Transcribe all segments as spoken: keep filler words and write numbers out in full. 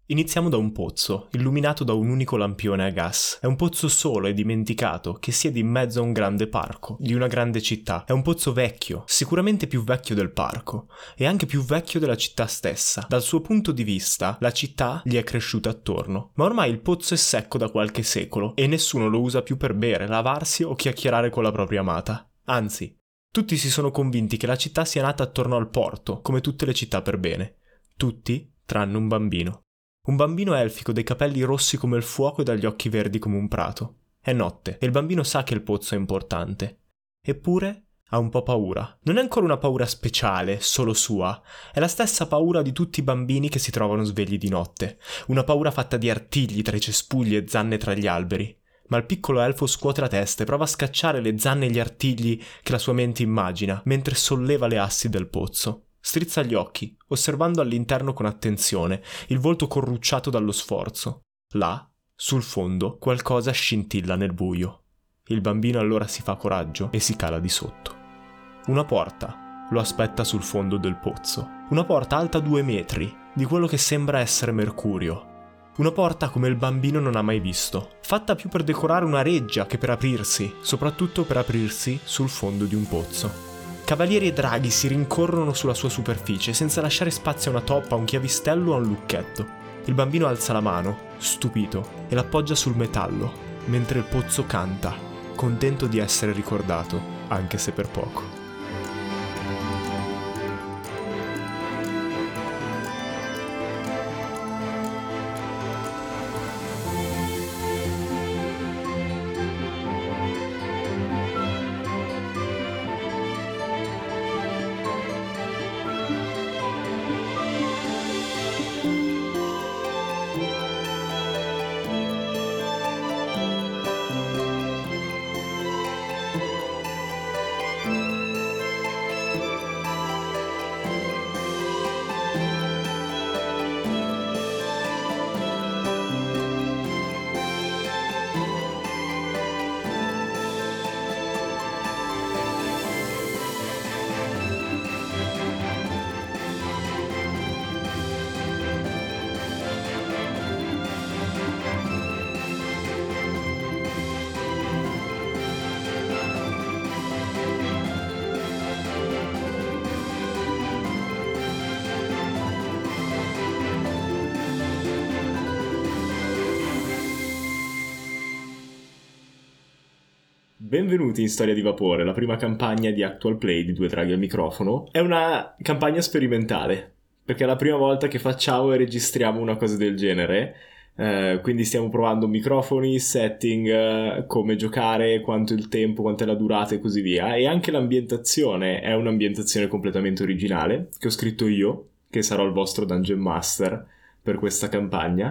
Iniziamo da un pozzo, illuminato da un unico lampione a gas. È un pozzo solo e dimenticato, che siede in mezzo a un grande parco, di una grande città. È un pozzo vecchio, sicuramente più vecchio del parco, e anche più vecchio della città stessa. Dal suo punto di vista, la città gli è cresciuta attorno. Ma ormai il pozzo è secco da qualche secolo, e nessuno lo usa più per bere, lavarsi o chiacchierare con la propria amata. Anzi, tutti si sono convinti che la città sia nata attorno al porto, come tutte le città per bene. Tutti, tranne un bambino. Un bambino elfico dai capelli rossi come il fuoco e dagli occhi verdi come un prato. È notte e il bambino sa che il pozzo è importante. Eppure ha un po' paura. Non è ancora una paura speciale, solo sua. È la stessa paura di tutti i bambini che si trovano svegli di notte. Una paura fatta di artigli tra i cespugli e zanne tra gli alberi. Ma il piccolo elfo scuote la testa e prova a scacciare le zanne e gli artigli che la sua mente immagina, mentre solleva le assi del pozzo. Strizza gli occhi, osservando all'interno con attenzione, il volto corrucciato dallo sforzo. Là, sul fondo, qualcosa scintilla nel buio. Il bambino allora si fa coraggio e si cala di sotto. Una porta lo aspetta sul fondo del pozzo. Una porta alta due metri, di quello che sembra essere mercurio. Una porta come il bambino non ha mai visto, fatta più per decorare una reggia che per aprirsi, soprattutto per aprirsi sul fondo di un pozzo. Cavalieri e draghi si rincorrono sulla sua superficie senza lasciare spazio a una toppa, a un chiavistello o a un lucchetto. Il bambino alza la mano, stupito, e l'appoggia sul metallo, mentre il pozzo canta, contento di essere ricordato, anche se per poco. Benvenuti in Storia di Vapore, la prima campagna di Actual Play di Due Draghi al microfono. È una campagna sperimentale, perché è la prima volta che facciamo e registriamo una cosa del genere. Eh, quindi stiamo provando microfoni, setting, eh, come giocare, quanto il tempo, quanto è la durata e così via. E anche l'ambientazione è un'ambientazione completamente originale, che ho scritto io, che sarò il vostro Dungeon Master per questa campagna.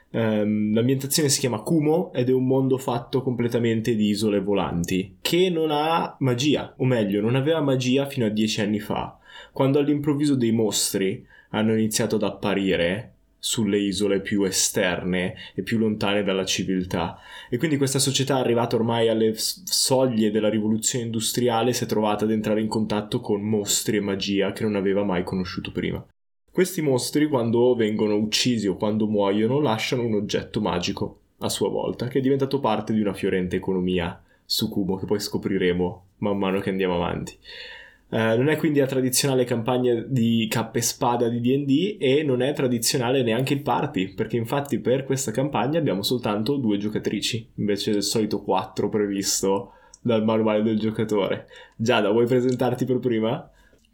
Um, l'ambientazione si chiama Kumo ed è un mondo fatto completamente di isole volanti che non ha magia, o meglio non aveva magia fino a dieci anni fa, quando all'improvviso dei mostri hanno iniziato ad apparire sulle isole più esterne e più lontane dalla civiltà, e quindi questa società, arrivata ormai alle soglie della rivoluzione industriale, si è trovata ad entrare in contatto con mostri e magia che non aveva mai conosciuto prima. Questi mostri, quando vengono uccisi o quando muoiono, lasciano un oggetto magico a sua volta, che è diventato parte di una fiorente economia su Kumo, che poi scopriremo man mano che andiamo avanti. Eh, non è quindi la tradizionale campagna di cappa e spada di D and D, e non è tradizionale neanche il party, perché infatti per questa campagna abbiamo soltanto due giocatrici, invece del solito quattro previsto dal manuale del giocatore. Giada, vuoi presentarti per prima?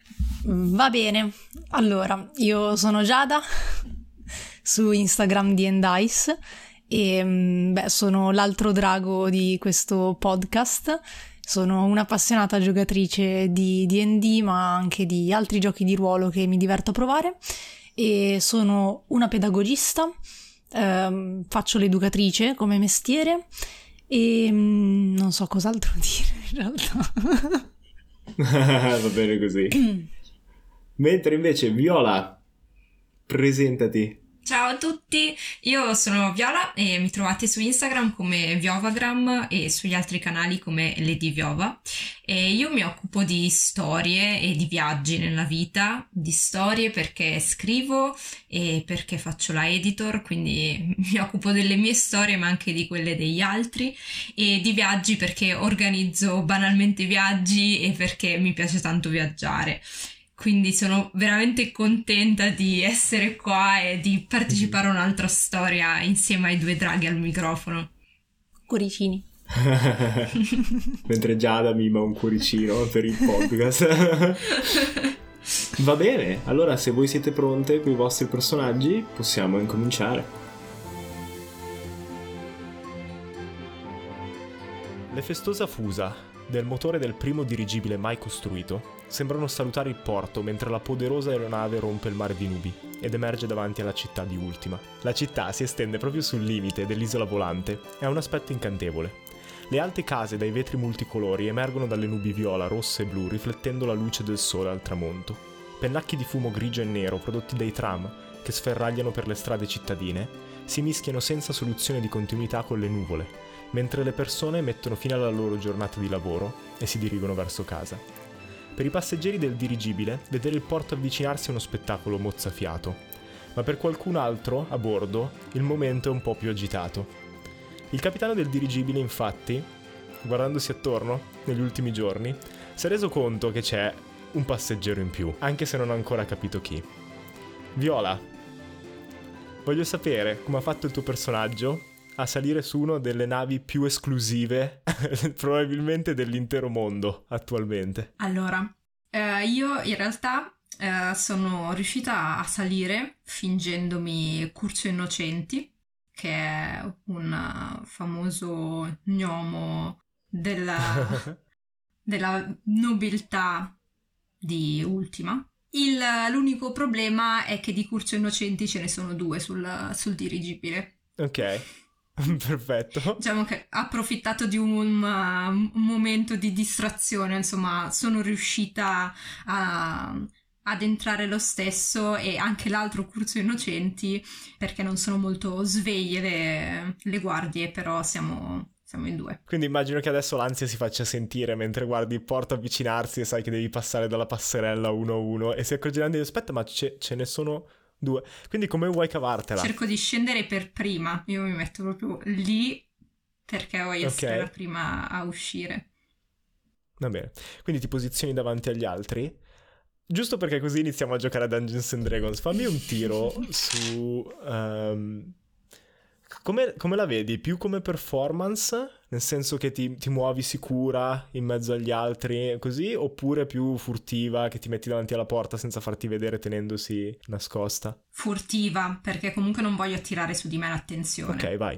Va bene, allora io sono Giada su Instagram D and Dice e beh, sono l'altro drago di questo podcast. Sono un'appassionata giocatrice di D and D, ma anche di altri giochi di ruolo che mi diverto a provare, e sono una pedagogista, ehm, faccio l'educatrice come mestiere e mh, non so cos'altro dire in realtà. Va bene così. Mentre invece Viola, presentati. Ciao a tutti, io sono Viola e mi trovate su Instagram come Viovagram e sugli altri canali come Lady Viova. E io mi occupo di storie e di viaggi nella vita, di storie perché scrivo e perché faccio la editor, quindi mi occupo delle mie storie ma anche di quelle degli altri, e di viaggi perché organizzo banalmente viaggi e perché mi piace tanto viaggiare. Quindi sono veramente contenta di essere qua e di partecipare a un'altra storia insieme ai due draghi al microfono. Cuoricini. Mentre Giada mima un cuoricino per il podcast. Va bene, allora se voi siete pronte con i vostri personaggi possiamo incominciare. Le festosa fusa del motore del primo dirigibile mai costruito sembrano salutare il porto mentre la poderosa aeronave rompe il mare di nubi ed emerge davanti alla città di Ultima. La città si estende proprio sul limite dell'isola volante e ha un aspetto incantevole. Le alte case dai vetri multicolori emergono dalle nubi viola, rosse e blu riflettendo la luce del sole al tramonto. Pennacchi di fumo grigio e nero prodotti dai tram che sferragliano per le strade cittadine si mischiano senza soluzione di continuità con le nuvole, mentre le persone mettono fine alla loro giornata di lavoro e si dirigono verso casa. Per i passeggeri del dirigibile, vedere il porto avvicinarsi è uno spettacolo mozzafiato, ma per qualcun altro, a bordo, il momento è un po' più agitato. Il capitano del dirigibile, infatti, guardandosi attorno, negli ultimi giorni, si è reso conto che c'è un passeggero in più, anche se non ha ancora capito chi. Viola, voglio sapere come ha fatto il tuo personaggio a salire su una delle navi più esclusive probabilmente dell'intero mondo attualmente. Allora, eh, io in realtà eh, sono riuscita a salire fingendomi Curzio Innocenti, che è un famoso gnomo della, della nobiltà di Ultima. Il, l'unico problema è che di Curzio Innocenti ce ne sono due sul, sul dirigibile. Ok. Perfetto. Diciamo che ha approfittato di un, uh, un momento di distrazione, insomma, sono riuscita a, ad entrare lo stesso, e anche l'altro Curzio Innocenti, perché non sono molto sveglie le, le guardie, però siamo, siamo in due. Quindi immagino che adesso l'ansia si faccia sentire mentre guardi il porto avvicinarsi e sai che devi passare dalla passerella uno a uno e si accorgeranno di aspetta, ma ce, ce ne sono due. Quindi come vuoi cavartela? Cerco di scendere per prima. Io mi metto proprio lì perché voglio essere Ok. la prima a uscire. Va bene. Quindi ti posizioni davanti agli altri. Giusto perché così iniziamo a giocare a Dungeons and Dragons. Fammi un tiro su... Um, come, come la vedi? Più come performance? Nel senso che ti, ti muovi sicura in mezzo agli altri così? Oppure più furtiva che ti metti davanti alla porta senza farti vedere tenendosi nascosta? Furtiva, perché comunque non voglio attirare su di me l'attenzione. Ok, vai.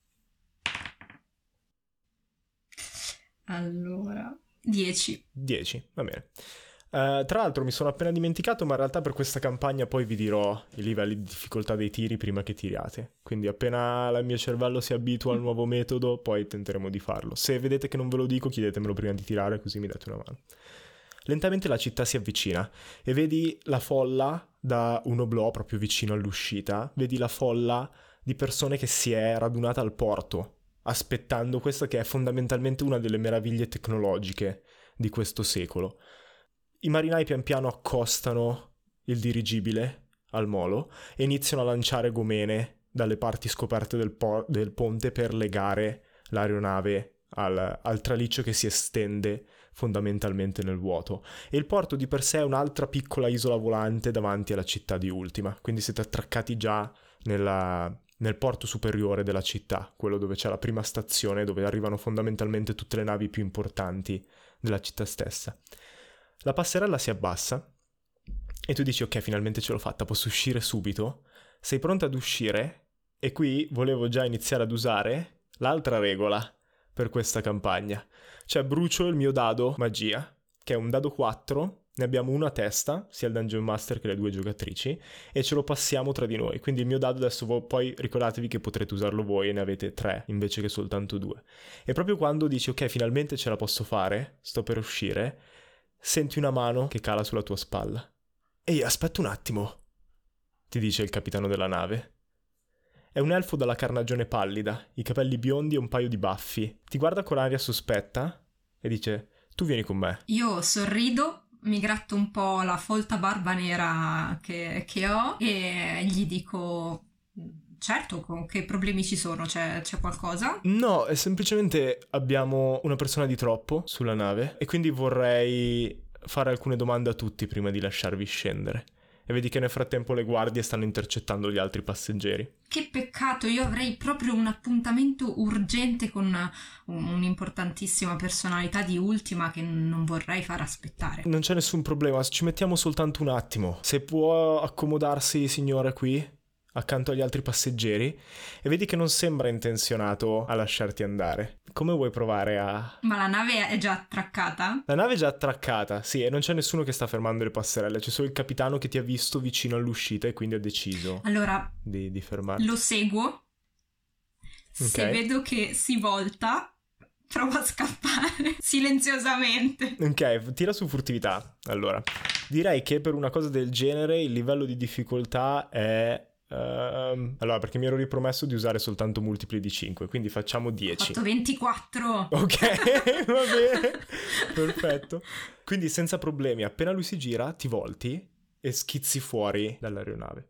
Allora, dieci. dieci, va bene. Uh, tra l'altro mi sono appena dimenticato, ma in realtà per questa campagna poi vi dirò i livelli di difficoltà dei tiri prima che tiriate. Quindi appena il mio cervello si abitua al nuovo metodo, poi tenteremo di farlo. Se vedete che non ve lo dico, chiedetemelo prima di tirare, così mi date una mano. Lentamente la città si avvicina e vedi la folla da un oblò proprio vicino all'uscita. Vedi la folla di persone che si è radunata al porto, aspettando questa che è fondamentalmente una delle meraviglie tecnologiche di questo secolo. I marinai pian piano accostano il dirigibile al molo e iniziano a lanciare gomene dalle parti scoperte del, po- del ponte per legare l'aeronave al, al traliccio che si estende fondamentalmente nel vuoto. E il porto di per sé è un'altra piccola isola volante davanti alla città di Ultima, quindi siete attraccati già nella, nel porto superiore della città, quello dove c'è la prima stazione, dove arrivano fondamentalmente tutte le navi più importanti della città stessa. La passerella si abbassa e tu dici ok, finalmente ce l'ho fatta, posso uscire subito. Sei pronta ad uscire e qui volevo già iniziare ad usare l'altra regola per questa campagna. Cioè brucio il mio dado magia, che è un dado quattro, ne abbiamo uno a testa, sia il Dungeon Master che le due giocatrici, e ce lo passiamo tra di noi. Quindi il mio dado adesso, vo- poi ricordatevi che potrete usarlo voi e ne avete tre invece che soltanto due. E proprio quando dici ok, finalmente ce la posso fare, sto per uscire, senti una mano che cala sulla tua spalla. Ehi, aspetta un attimo, ti dice il capitano della nave. È un elfo dalla carnagione pallida, i capelli biondi e un paio di baffi. Ti guarda con aria sospetta e dice: tu vieni con me. Io sorrido, mi gratto un po' la folta barba nera che, che ho e gli dico: certo, con che problemi ci sono? C'è, c'è qualcosa? No, è semplicemente abbiamo una persona di troppo sulla nave e quindi vorrei fare alcune domande a tutti prima di lasciarvi scendere. E vedi che nel frattempo le guardie stanno intercettando gli altri passeggeri. Che peccato, io avrei proprio un appuntamento urgente con una, un'importantissima personalità di Ultima che non vorrei far aspettare. Non c'è nessun problema, ci mettiamo soltanto un attimo. Se può accomodarsi, signore, qui, accanto agli altri passeggeri, e vedi che non sembra intenzionato a lasciarti andare. Come vuoi provare a... Ma la nave è già attraccata? La nave è già attraccata, sì, e non c'è nessuno che sta fermando le passerelle, c'è solo il capitano che ti ha visto vicino all'uscita e quindi ha deciso allora, di, di fermarti. Lo seguo, se okay. Vedo che si volta, provo a scappare silenziosamente. Ok, tira su furtività. Allora, direi che per una cosa del genere il livello di difficoltà è... Uh, allora, perché mi ero ripromesso di usare soltanto multipli di cinque, quindi facciamo dieci. Ho fatto ventiquattro. Ok, va bene, perfetto. Quindi senza problemi, appena lui si gira, ti volti e schizzi fuori dall'aeronave.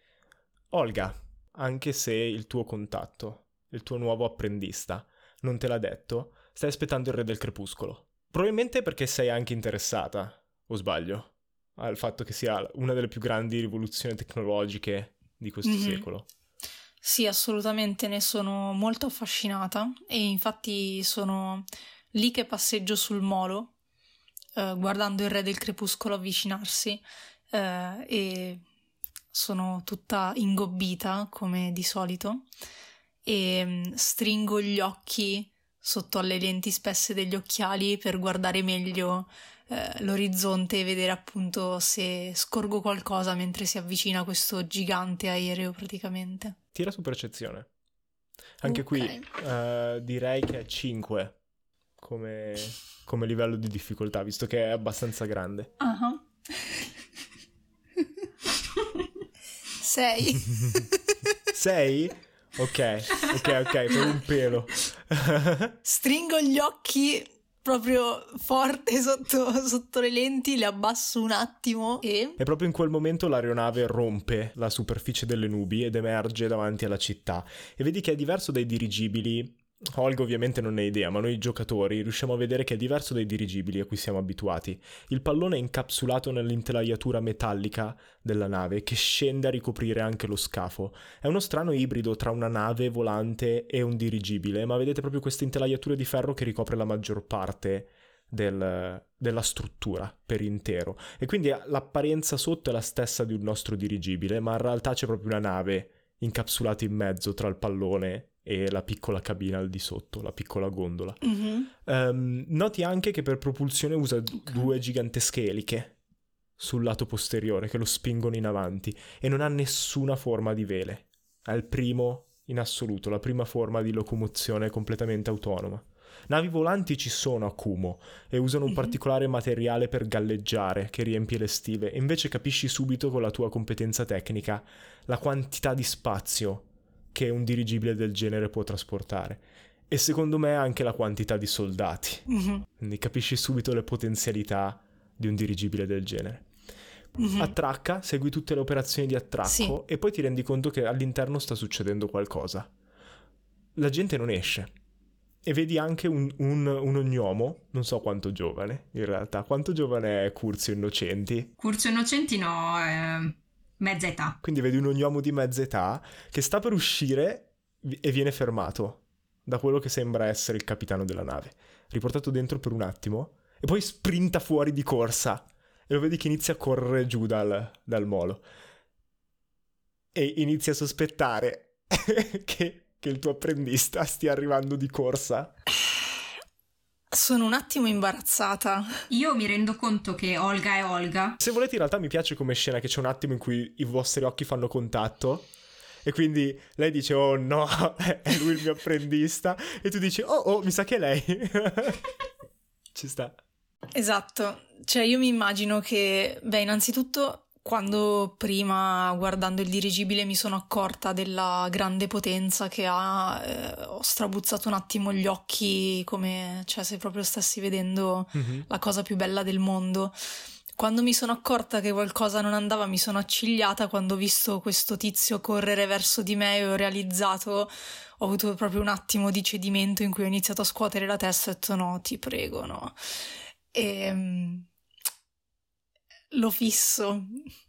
Olga, anche se il tuo contatto, il tuo nuovo apprendista, non te l'ha detto, stai aspettando il Re del Crepuscolo. Probabilmente perché sei anche interessata, o sbaglio, al fatto che sia una delle più grandi rivoluzioni tecnologiche di questo mm-hmm. secolo. Sì, assolutamente, ne sono molto affascinata e infatti sono lì che passeggio sul molo eh, guardando il Re del Crepuscolo avvicinarsi eh, e sono tutta ingobbita come di solito e mh, stringo gli occhi sotto alle lenti spesse degli occhiali per guardare meglio eh, l'orizzonte e vedere appunto se scorgo qualcosa mentre si avvicina questo gigante aereo praticamente. Tira su percezione. Anche okay. qui uh, direi che è cinque come, come livello di difficoltà, visto che è abbastanza grande. Uh-huh. sei. sei? Ok, ok, ok, per un pelo. Stringo gli occhi proprio forte sotto, sotto le lenti, le abbasso un attimo e... E proprio in quel momento l'aeronave rompe la superficie delle nubi ed emerge davanti alla città. E vedi che è diverso dai dirigibili. Olga ovviamente non ne ha idea, ma noi giocatori riusciamo a vedere che è diverso dai dirigibili a cui siamo abituati. Il pallone è incapsulato nell'intelaiatura metallica della nave che scende a ricoprire anche lo scafo. È uno strano ibrido tra una nave volante e un dirigibile, ma vedete proprio questa intelaiatura di ferro che ricopre la maggior parte del, della struttura per intero. E quindi l'apparenza sotto è la stessa di un nostro dirigibile, ma in realtà c'è proprio una nave incapsulata in mezzo tra il pallone e la piccola cabina al di sotto, la piccola gondola. Mm-hmm. Um, noti anche che per propulsione usa okay. due gigantesche eliche sul lato posteriore che lo spingono in avanti e non ha nessuna forma di vele. È il primo in assoluto, la prima forma di locomozione completamente autonoma. Navi volanti ci sono a Kumo e usano un mm-hmm. particolare materiale per galleggiare che riempie le stive e invece capisci subito con la tua competenza tecnica la quantità di spazio che un dirigibile del genere può trasportare e secondo me anche la quantità di soldati. Mm-hmm. Quindi capisci subito le potenzialità di un dirigibile del genere. Mm-hmm. Attracca, segui tutte le operazioni di attracco sì. e poi ti rendi conto che all'interno sta succedendo qualcosa. La gente non esce e vedi anche un, un, un ognomo, non so quanto giovane in realtà. Quanto giovane è Curzio Innocenti? Curzio Innocenti no, è... mezza età. Quindi vedi un ognomo di mezza età che sta per uscire e viene fermato da quello che sembra essere il capitano della nave. Riportato dentro per un attimo e poi sprinta fuori di corsa. E lo vedi che inizia a correre giù dal, dal molo. E inizia a sospettare che, che il tuo apprendista stia arrivando di corsa. Sono un attimo imbarazzata. Io mi rendo conto che Olga è Olga. Se volete, in realtà mi piace come scena che c'è un attimo in cui i vostri occhi fanno contatto e quindi lei dice oh no, è lui il mio apprendista e tu dici oh oh, mi sa che è lei. Ci sta. Esatto, cioè io mi immagino che, beh, innanzitutto quando prima, guardando il dirigibile, mi sono accorta della grande potenza che ha, eh, ho strabuzzato un attimo gli occhi, come, cioè, se proprio stessi vedendo mm-hmm. la cosa più bella del mondo. Quando mi sono accorta che qualcosa non andava, mi sono accigliata. Quando ho visto questo tizio correre verso di me e ho realizzato, ho avuto proprio un attimo di cedimento in cui ho iniziato a scuotere la testa e ho detto no, ti prego, no. E lo fisso.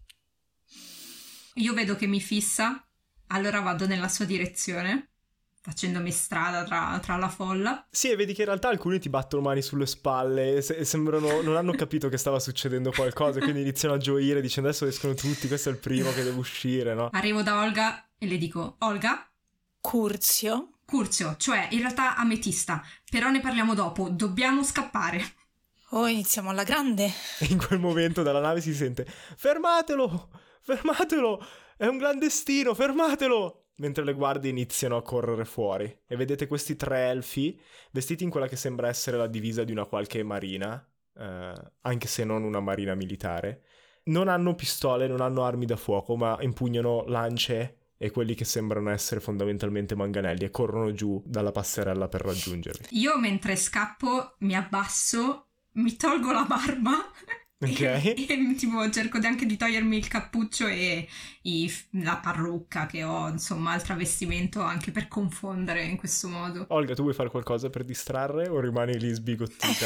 Io vedo che mi fissa, allora vado nella sua direzione, facendomi strada tra, tra la folla. Sì, e vedi che in realtà alcuni ti battono mani sulle spalle e, se- e sembrano non hanno capito che stava succedendo qualcosa, quindi iniziano a gioire dicendo adesso escono tutti, questo è il primo che deve uscire, no? Arrivo da Olga e le dico: Olga? Curzio? Curzio, cioè in realtà ametista, però ne parliamo dopo, dobbiamo scappare. Oh, iniziamo alla grande. E in quel momento dalla nave si sente: fermatelo, fermatelo, è un clandestino, fermatelo! Mentre le guardie iniziano a correre fuori e vedete questi tre elfi vestiti in quella che sembra essere la divisa di una qualche marina, eh, anche se non una marina militare. Non hanno pistole, non hanno armi da fuoco, ma impugnano lance e quelli che sembrano essere fondamentalmente manganelli e corrono giù dalla passerella per raggiungerli. Io mentre scappo mi abbasso, mi tolgo la barba. Ok. E, e tipo cerco anche di togliermi il cappuccio e i, la parrucca che ho, insomma, il travestimento, anche per confondere in questo modo. Olga, tu vuoi fare qualcosa per distrarre o rimani lì sbigottita?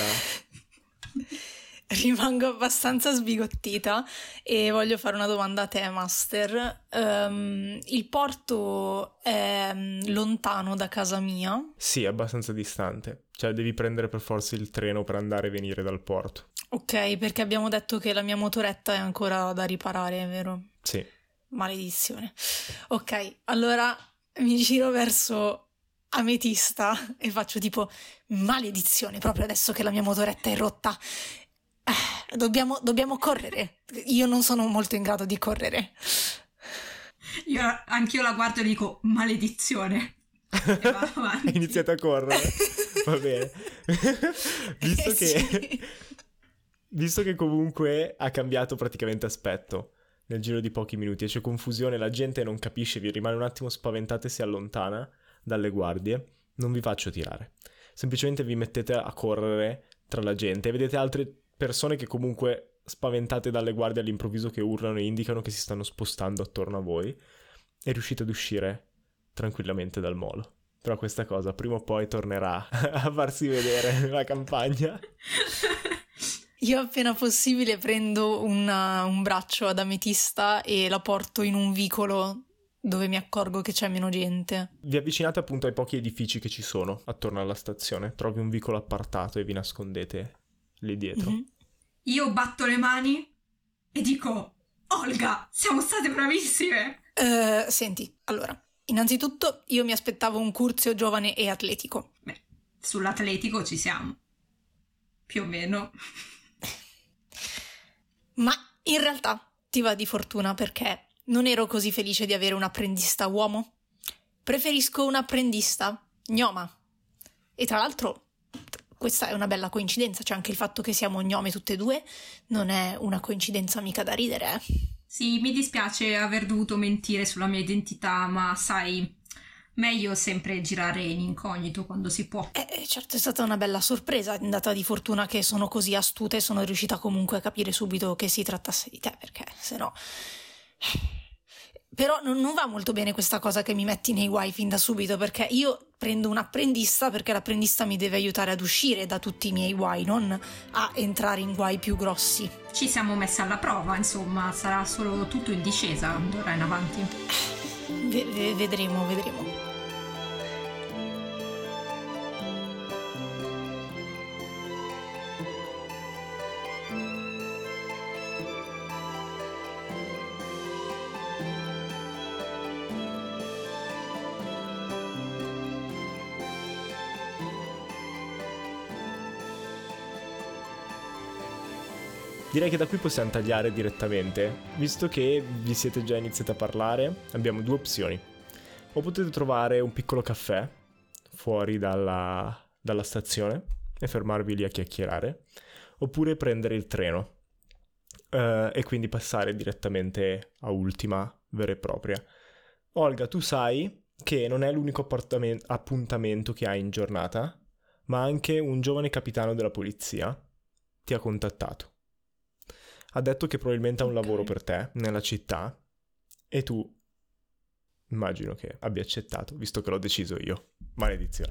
Rimango abbastanza sbigottita e voglio fare una domanda a te, Master. Um, il porto è lontano da casa mia? Sì, è abbastanza distante. Cioè devi prendere per forza il treno per andare e venire dal porto. Ok, perché abbiamo detto che la mia motoretta è ancora da riparare, vero? Sì. Maledizione. Ok, allora mi giro verso Ametista e faccio tipo maledizione, proprio adesso che la mia motoretta è rotta. Eh, dobbiamo, dobbiamo correre. Io non sono molto in grado di correre. Io anch'io la guardo e dico maledizione. E va avanti. Iniziate a correre. Va bene. Visto eh, che... Sì. Visto che comunque ha cambiato praticamente aspetto nel giro di pochi minuti e c'è confusione, la gente non capisce, vi rimane un attimo spaventata e si allontana dalle guardie, non vi faccio tirare. Semplicemente vi mettete a correre tra la gente e vedete altre persone che comunque spaventate dalle guardie all'improvviso che urlano e indicano che si stanno spostando attorno a voi e riuscite ad uscire tranquillamente dal molo. Però questa cosa prima o poi tornerà a farsi vedere nella campagna. Io appena possibile prendo una, un braccio ad Ametista e la porto in un vicolo dove mi accorgo che c'è meno gente. Vi avvicinate appunto ai pochi edifici che ci sono attorno alla stazione. Trovi un vicolo appartato e vi nascondete lì dietro. Mm-hmm. Io batto le mani e dico: Olga, siamo state bravissime! Uh, senti, allora, innanzitutto io mi aspettavo un Curzio giovane e atletico. Beh, sull'atletico ci siamo. Più o meno. Ma in realtà ti va di fortuna perché non ero così felice di avere un apprendista uomo. Preferisco un apprendista gnoma. E tra l'altro questa è una bella coincidenza, c'è anche il fatto che siamo gnome tutte e due, non è una coincidenza mica da ridere. Sì, mi dispiace aver dovuto mentire sulla mia identità, ma sai, meglio sempre girare in incognito quando si può. Eh, certo, è stata una bella sorpresa, è andata di fortuna che sono così astuta e sono riuscita comunque a capire subito che si trattasse di te, perché se no... Però non, non va molto bene questa cosa che mi metti nei guai fin da subito, perché io prendo un apprendista perché l'apprendista mi deve aiutare ad uscire da tutti i miei guai, non a entrare in guai più grossi. Ci siamo messe alla prova, insomma, sarà solo tutto in discesa d'ora in avanti. V- v- vedremo, vedremo. Direi che da qui possiamo tagliare direttamente, visto che vi siete già iniziati a parlare, abbiamo due opzioni. O potete trovare un piccolo caffè fuori dalla, dalla stazione e fermarvi lì a chiacchierare, oppure prendere il treno. uh, e quindi passare direttamente a ultima vera e propria. Olga, tu sai che non è l'unico appuntamento che hai in giornata, ma anche un giovane capitano della polizia ti ha contattato. Ha detto che probabilmente ha un Ok. lavoro per te nella città e tu immagino che abbia accettato, visto che l'ho deciso io. Maledizione.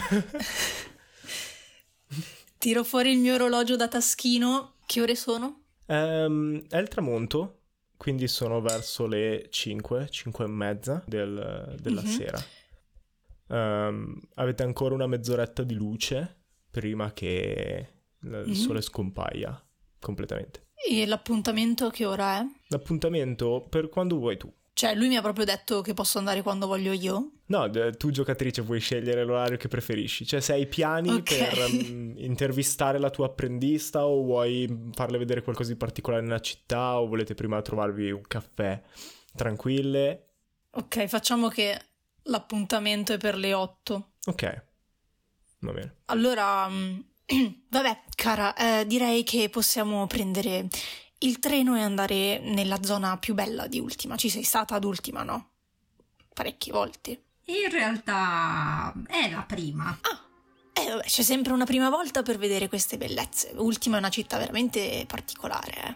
Tiro fuori il mio orologio da taschino. Che ore sono? Ehm, è il tramonto, quindi sono verso le cinque, cinque e mezza del- della Mhm. sera. Ehm, avete ancora una mezz'oretta di luce prima che il Mhm. sole scompaia completamente. E l'appuntamento che ora è? L'appuntamento per quando vuoi tu. Cioè, lui mi ha proprio detto che posso andare quando voglio io? No, d- tu giocatrice puoi scegliere l'orario che preferisci. Cioè, se hai piani Ok. per um, intervistare la tua apprendista o vuoi farle vedere qualcosa di particolare nella città o volete prima trovarvi un caffè tranquille. Ok, facciamo che l'appuntamento è per le otto. Ok, va bene. Allora, mm, vabbè, cara, eh, direi che possiamo prendere il treno e andare nella zona più bella di Ultima. Ci sei stata ad Ultima, no? Parecchie volte. In realtà è la prima. Eh, vabbè, c'è sempre una prima volta per vedere queste bellezze. Ultima è una città veramente particolare, eh.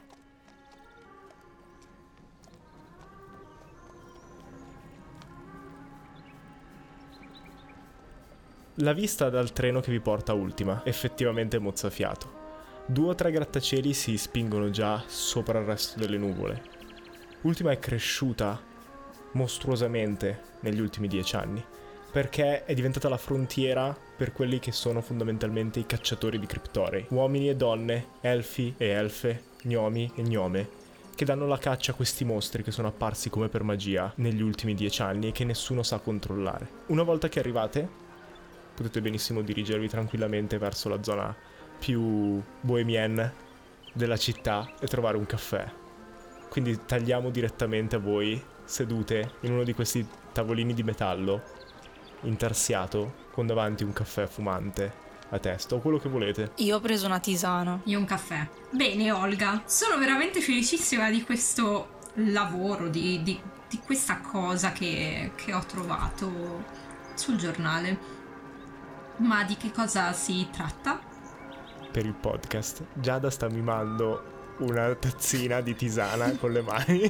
La vista dal treno che vi porta a Ultima effettivamente è mozzafiato. Due o tre grattacieli si spingono già sopra il resto delle nuvole. Ultima è cresciuta mostruosamente negli ultimi dieci anni, perché è diventata la frontiera per quelli che sono fondamentalmente i cacciatori di criptorei. Uomini e donne, elfi e elfe, gnomi e gnome, che danno la caccia a questi mostri che sono apparsi come per magia negli ultimi dieci anni e che nessuno sa controllare. Una volta che arrivate, potete benissimo dirigervi tranquillamente verso la zona più bohemienne della città e trovare un caffè. Quindi tagliamo direttamente a voi sedute in uno di questi tavolini di metallo intarsiato con davanti un caffè fumante a testa o quello che volete. Io ho preso una tisana. Io un caffè. Bene, Olga, sono veramente felicissima di questo lavoro, di, di, di questa cosa che, che ho trovato sul giornale. Ma di che cosa si tratta? Per il podcast Giada sta mimando una tazzina di tisana con le mani.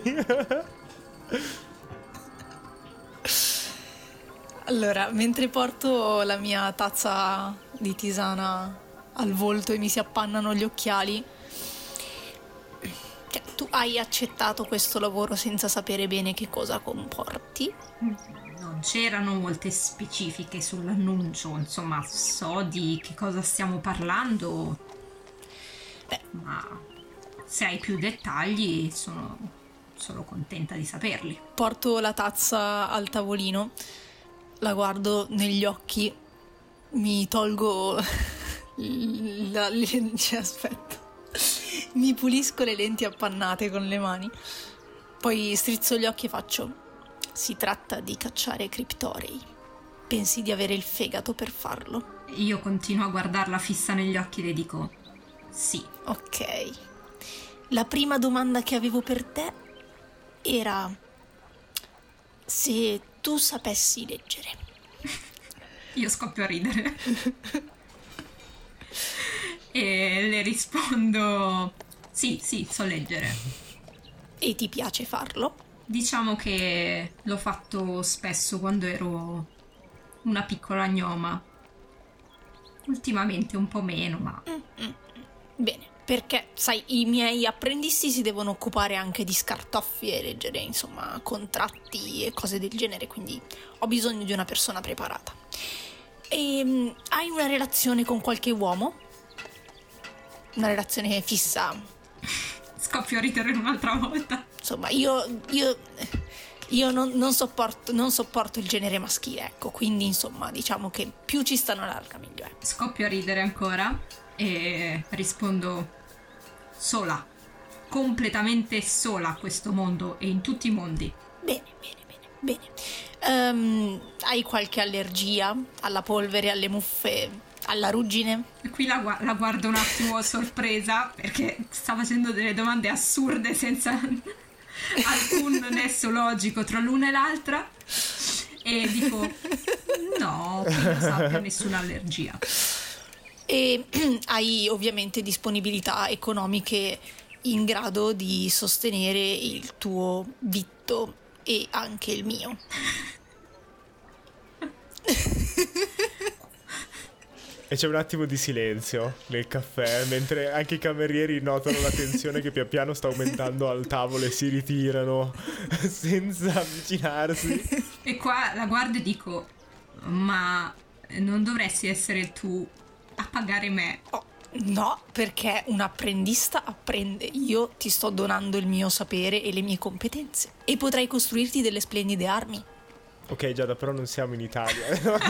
Allora, mentre porto la mia tazza di tisana al volto e mi si appannano gli occhiali, cioè, tu hai accettato questo lavoro senza sapere bene che cosa comporti? Non c'erano molte specifiche sull'annuncio, insomma, so di che cosa stiamo parlando, Beh, ma se hai più dettagli sono, sono contenta di saperli. porto la tazza al tavolino, la guardo negli occhi, mi tolgo la, le, cioè, aspetta, mi pulisco le lenti appannate con le mani, poi strizzo gli occhi e faccio: si tratta di cacciare criptorei. Pensi di avere il fegato per farlo? Io continuo a guardarla fissa negli occhi e le dico sì. Ok. La prima domanda che avevo per te era se tu sapessi leggere. Io scoppio a ridere e le rispondo sì, sì, so leggere. E ti piace farlo? Diciamo che l'ho fatto spesso quando ero una piccola gnoma. Ultimamente un po' meno, ma Bene, perché sai, i miei apprendisti si devono occupare anche di scartoffi e leggere, insomma, contratti e cose del genere, quindi ho bisogno di una persona preparata. E hai una relazione con qualche uomo? Una relazione fissa? scoppio a ridere un'altra volta. Insomma, io, io, io non, non, sopporto, non sopporto il genere maschile, ecco, quindi insomma diciamo che più ci stanno alla larga meglio è. Scoppio a ridere ancora e rispondo sola, completamente sola a questo mondo e in tutti i mondi. Bene, bene, bene, bene. Ehm, hai qualche allergia alla polvere, alle muffe, Alla ruggine? Qui la, gu- la guardo un attimo sorpresa perché sta facendo delle domande assurde senza alcun nesso logico tra l'una e l'altra e dico no, che non sappia nessuna allergia. E hai ovviamente disponibilità economiche in grado di sostenere il tuo vitto e anche il mio. E c'è un attimo di silenzio nel caffè, mentre anche i camerieri notano la tensione che pian piano sta aumentando al tavolo e si ritirano senza avvicinarsi. E qua la guardo e dico, ma non dovresti essere tu a pagare me? Oh, no, perché un apprendista apprende. Io ti sto donando il mio sapere e le mie competenze e potrai costruirti delle splendide armi. Ok Giada, però non siamo in Italia.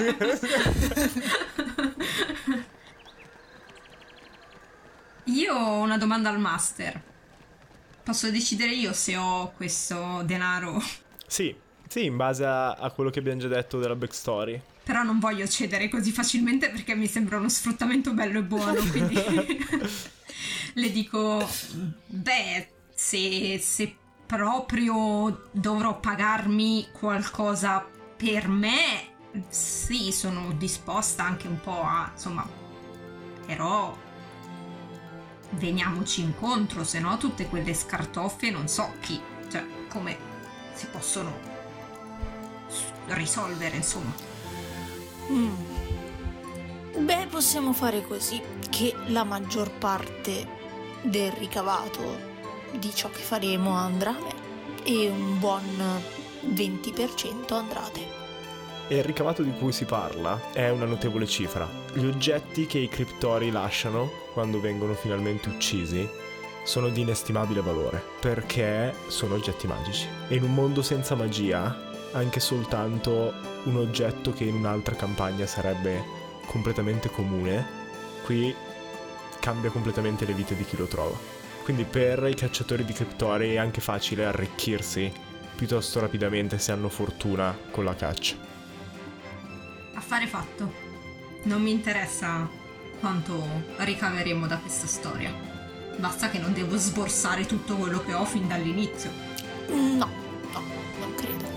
Io ho una domanda al master. Posso decidere io se ho questo denaro? Sì, sì, in base a, a quello che abbiamo già detto della backstory. Però non voglio cedere così facilmente perché mi sembra uno sfruttamento bello e buono, quindi le dico, beh, se, se proprio dovrò pagarmi qualcosa per me, sì, sono disposta anche un po' a, insomma, però veniamoci incontro, se no tutte quelle scartoffie non so chi, cioè come si possono risolvere, insomma. Mm. Beh, possiamo fare così, che la maggior parte del ricavato di ciò che faremo andrà a me e un buon venti per cento andrà a te. E il ricavato di cui si parla è una notevole cifra. Gli oggetti che i criptori lasciano quando vengono finalmente uccisi sono di inestimabile valore, perché sono oggetti magici. E in un mondo senza magia, anche soltanto un oggetto che in un'altra campagna sarebbe completamente comune, qui cambia completamente le vite di chi lo trova. Quindi per i cacciatori di criptori è anche facile arricchirsi piuttosto rapidamente se hanno fortuna con la caccia. Affare fatto. Non mi interessa quanto ricaveremo da questa storia. Basta che non devo sborsare tutto quello che ho fin dall'inizio. No, no, non credo.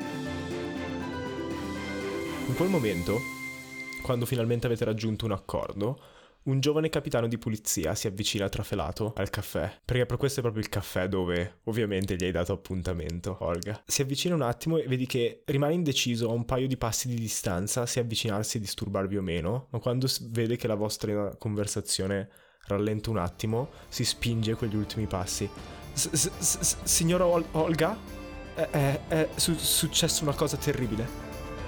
In quel momento, quando finalmente avete raggiunto un accordo, un giovane capitano di polizia si avvicina trafelato al caffè, perché per questo è proprio il caffè dove ovviamente gli hai dato appuntamento, Olga. Si avvicina un attimo e vedi che rimane indeciso a un paio di passi di distanza se avvicinarsi e disturbarvi o meno, ma quando vede che la vostra conversazione rallenta un attimo, si spinge quegli ultimi passi. Signora Ol- Olga? È, è, è su- successa una cosa terribile.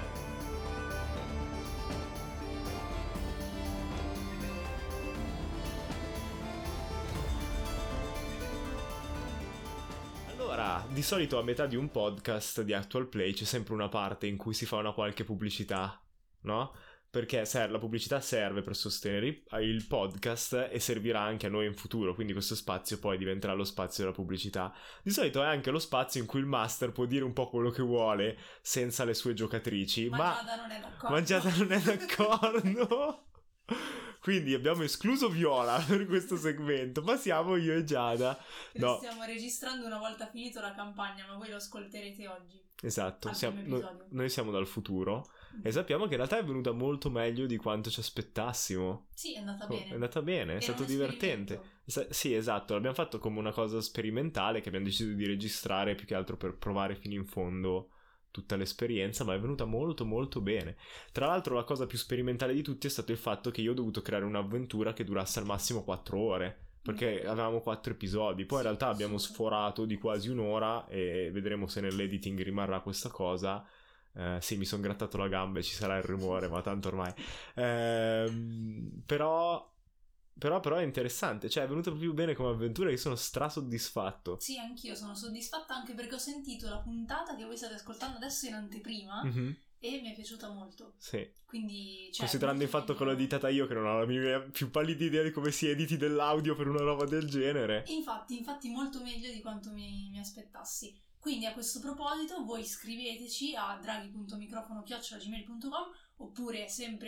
Di solito a metà di un podcast di Actual Play c'è sempre una parte in cui si fa una qualche pubblicità, no? Perché ser- la pubblicità serve per sostenere il podcast e servirà anche a noi in futuro, quindi questo spazio poi diventerà lo spazio della pubblicità. Di solito è anche lo spazio in cui il master può dire un po' quello che vuole senza le sue giocatrici, ma... Ma Giada non è d'accordo. Ma Giada non è d'accordo. Quindi abbiamo escluso Viola per questo segmento, ma siamo io e Giada. No. Stiamo registrando una volta finito la campagna, ma voi lo ascolterete oggi. Esatto, siamo, no, noi siamo dal futuro e sappiamo che in realtà è venuta molto meglio di quanto ci aspettassimo. Sì, è andata oh, bene. È andata bene, è Era stato divertente. Sa- sì, esatto, l'abbiamo fatto come una cosa sperimentale che abbiamo deciso di registrare più che altro per provare fino in fondo tutta l'esperienza, ma è venuta molto molto bene. Tra l'altro la cosa più sperimentale di tutti è stato il fatto che io ho dovuto creare un'avventura che durasse al massimo quattro ore, perché mm. avevamo quattro episodi, poi sì, in realtà abbiamo sforato di quasi un'ora e vedremo se nell'editing rimarrà questa cosa. Uh, sì, mi sono grattato la gamba e ci sarà il rumore, ma tanto ormai. Uh, però... Però, però è interessante, cioè è venuto proprio bene come avventura, io sono strasoddisfatto. Sì, anch'io sono soddisfatta anche perché ho sentito la puntata che voi state ascoltando adesso in anteprima mm-hmm. e mi è piaciuta molto. Sì. Quindi, cioè, considerando il fatto che l'ho editata io, che non ho la mia più pallida idea di come si editi dell'audio per una roba del genere. Infatti, infatti molto meglio di quanto mi, mi aspettassi. Quindi a questo proposito voi scriveteci a draghi punto microfono chiocciola gmail punto com oppure sempre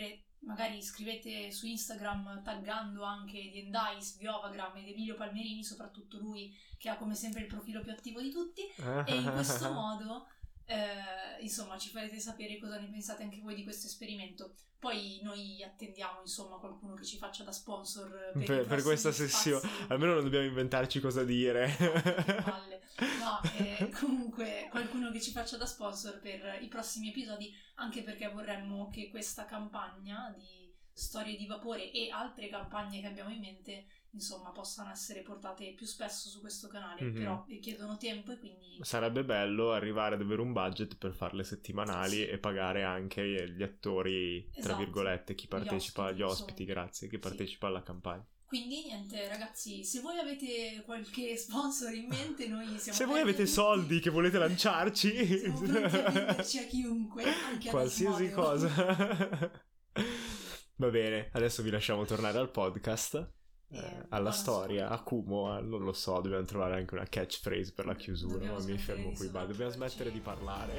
magari scrivete su Instagram taggando anche D and Dice, Viovagram ed Emilio Palmerini, soprattutto lui che ha come sempre il profilo più attivo di tutti, e in questo modo eh, insomma ci farete sapere cosa ne pensate anche voi di questo esperimento. Poi noi attendiamo insomma qualcuno che ci faccia da sponsor per, per, per questa sessione, almeno non dobbiamo inventarci cosa dire. No, eh, comunque qualcuno che ci faccia da sponsor per i prossimi episodi, anche perché vorremmo che questa campagna di Storie di Vapore e altre campagne che abbiamo in mente insomma possano essere portate più spesso su questo canale, mm-hmm. però richiedono tempo e quindi sarebbe bello arrivare ad avere un budget per farle settimanali, sì, sì. e pagare anche gli attori, esatto, tra virgolette, chi partecipa, gli ospiti, gli ospiti grazie, chi partecipa sì. alla campagna. Quindi niente ragazzi, se voi avete qualche sponsor in mente, noi siamo se voi avete soldi che volete lanciarci, siamo pronti a venderci a chiunque, anche qualsiasi cosa. Va bene, adesso vi lasciamo tornare al podcast, eh, eh, alla storia, a Kumo, a, non lo so, dobbiamo trovare anche una catchphrase per la chiusura, ma mi fermo qui, ba, dobbiamo smettere di parlare.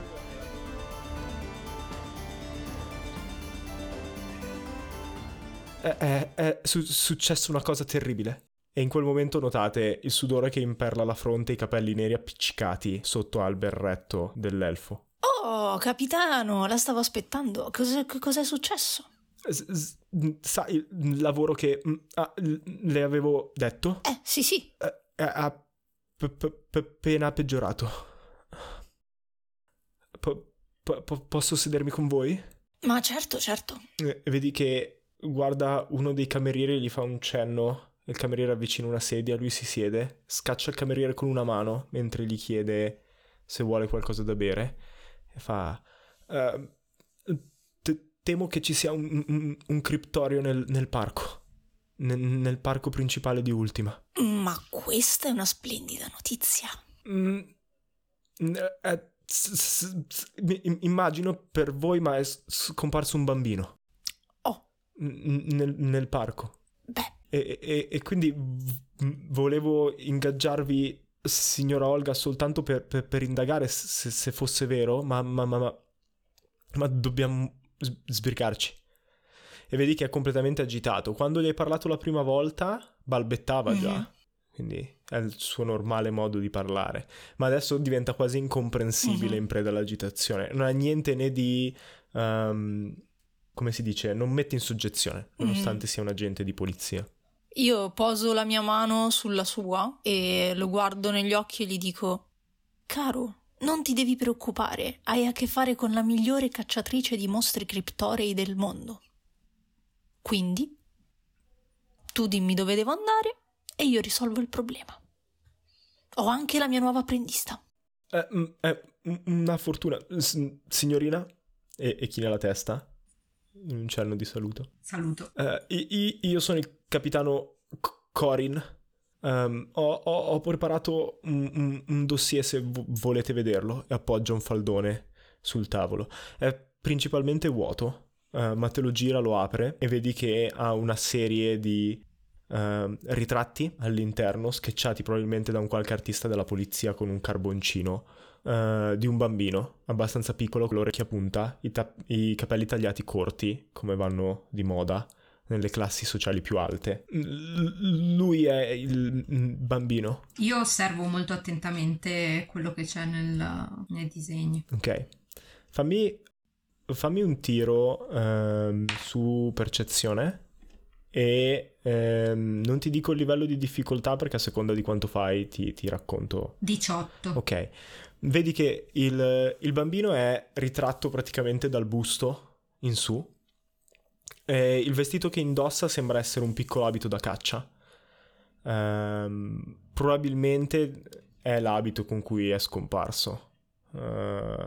È, è, è su- successo una cosa terribile. E in quel momento notate il sudore che imperla la fronte e i capelli neri appiccicati sotto al berretto dell'elfo. Oh, capitano, la stavo aspettando. Cos'è, cos'è successo? S- sai il lavoro che ah, le avevo detto? Eh, sì, sì. Eh, ha p- p- p- appena peggiorato. Po- po- posso sedermi con voi? Ma certo, certo. Eh, vedi che guarda uno dei camerieri, gli fa un cenno, il cameriere avvicina una sedia, lui si siede, scaccia il cameriere con una mano mentre gli chiede se vuole qualcosa da bere e fa uh, t- temo che ci sia un, un, un criptorio nel, nel parco, nel, nel parco principale di Ultima. Ma questa è una splendida notizia. Mm, eh, s- s- s- immagino per voi, ma è scomparso un bambino. Oh. Nel, nel parco. Beh. E, e, e quindi v- volevo ingaggiarvi, signora Olga, soltanto per, per, per indagare se, se fosse vero, ma, ma, ma, ma, ma dobbiamo sbrigarci. E vedi che è completamente agitato. Quando gli hai parlato la prima volta balbettava mm-hmm. già, quindi è il suo normale modo di parlare, ma adesso diventa quasi incomprensibile mm-hmm. in preda all'agitazione. Non ha niente né di um, come si dice, non mette in soggezione, nonostante mm. sia un agente di polizia. Io poso la mia mano sulla sua e lo guardo negli occhi e gli dico: caro, non ti devi preoccupare, hai a che fare con la migliore cacciatrice di mostri criptorei del mondo. Quindi, tu dimmi dove devo andare e io risolvo il problema. Ho anche la mia nuova apprendista. È eh, eh, una fortuna, S- signorina? E, e china la testa. Un cenno di saluto. Saluto. Uh, io, io sono il capitano C- Corin. Um, ho, ho, ho preparato un, un, un dossier se v- volete vederlo, e appoggio un faldone sul tavolo. È principalmente vuoto, uh, ma te lo gira, lo apre e vedi che ha una serie di uh, ritratti all'interno, sketchati probabilmente da un qualche artista della polizia con un carboncino. Uh, di un bambino abbastanza piccolo con l'orecchia a punta, i, ta- i capelli tagliati corti come vanno di moda nelle classi sociali più alte. L- lui è il bambino. Io osservo molto attentamente quello che c'è nel, nei disegni. Ok, fammi, fammi un tiro um, su percezione e um, non ti dico il livello di difficoltà perché a seconda di quanto fai ti, ti racconto. diciotto. Ok. Vedi che il, il bambino è ritratto praticamente dal busto in su. E il vestito che indossa sembra essere un piccolo abito da caccia. Um, probabilmente è l'abito con cui è scomparso. Uh,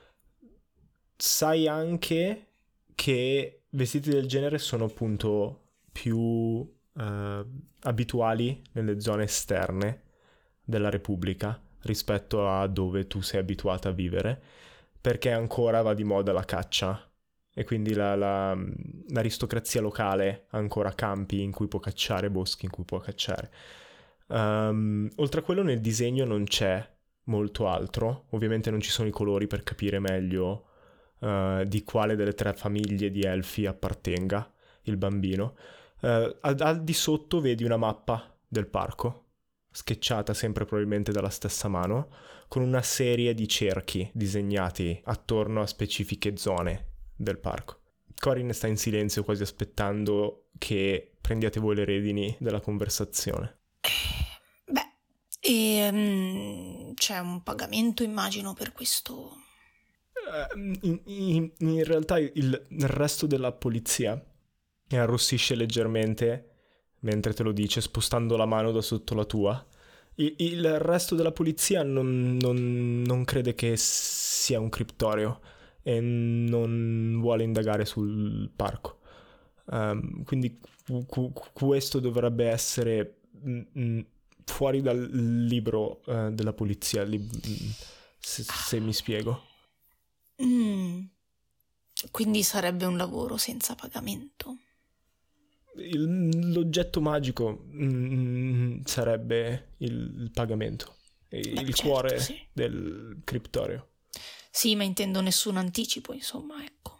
sai anche che vestiti del genere sono appunto più uh, abituali nelle zone esterne della Repubblica rispetto a dove tu sei abituato a vivere, perché ancora va di moda la caccia e quindi la, la, l'aristocrazia locale ha ancora campi in cui può cacciare, boschi in cui può cacciare. Um, oltre a quello nel disegno non c'è molto altro, ovviamente non ci sono i colori per capire meglio uh, di quale delle tre famiglie di elfi appartenga il bambino. Uh, al, al di sotto vedi una mappa del parco, sketchata sempre probabilmente dalla stessa mano, con una serie di cerchi disegnati attorno a specifiche zone del parco. Corin sta in silenzio, quasi aspettando che prendiate voi le redini della conversazione. Beh, e, um, c'è un pagamento, immagino, per questo? Uh, in, in, in realtà il, il resto della polizia arrossisce leggermente mentre te lo dice, spostando la mano da sotto la tua. Il, il resto della polizia non, non, non crede che sia un criptorio e non vuole indagare sul parco. Um, quindi cu- cu- questo dovrebbe essere mh, fuori dal libro uh, della polizia, li- se, se mi spiego. Mm. Quindi sarebbe un lavoro senza pagamento. Il, l'oggetto magico mh, sarebbe il, il pagamento, il, Beh, il certo, cuore sì. del criptorio. Sì, ma intendo nessun anticipo, insomma, ecco.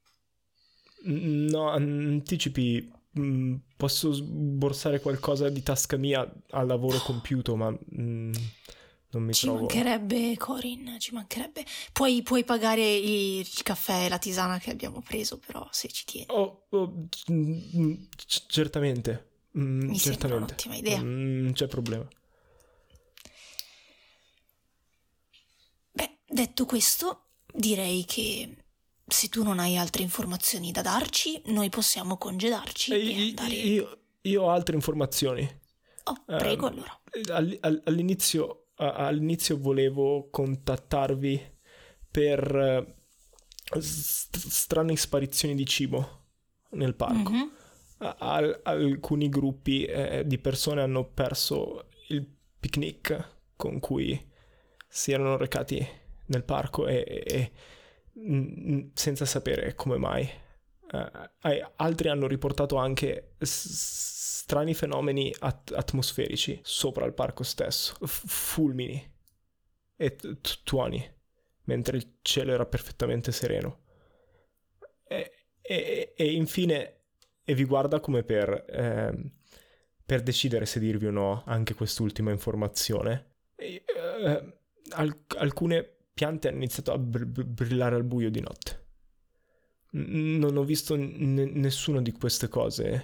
No, anticipi, mh, posso sborsare qualcosa di tasca mia al lavoro compiuto, ma mh, non mi ci trovo. mancherebbe, Corin, ci mancherebbe. Puoi, puoi pagare il, il caffè e la tisana che abbiamo preso, però, se ci tieni. Oh, oh mh, c- certamente. Mh, Mi certamente. sembra un'ottima idea. Non c'è problema. Beh, detto questo, direi che se tu non hai altre informazioni da darci, noi possiamo congedarci e, E andare... io, io ho altre informazioni. Oh, prego, Um, allora. all- all- all'inizio, a- all'inizio volevo contattarvi per eh, st- strane sparizioni di cibo nel parco. Mhm. A- al- alcuni gruppi eh, di persone hanno perso il picnic con cui si erano recati nel parco e, e- mm, senza sapere come mai. Eh, altri hanno riportato anche s- strani fenomeni at- atmosferici sopra il parco stesso, F- fulmini e t- t- tuoni, mentre il cielo era perfettamente sereno. E, e- e infine, e vi guarda come per, ehm, per decidere se dirvi o no anche quest'ultima informazione. E, eh, al- alcune piante hanno iniziato a br- br- brillare al buio di notte. Non ho visto n- nessuna di queste cose,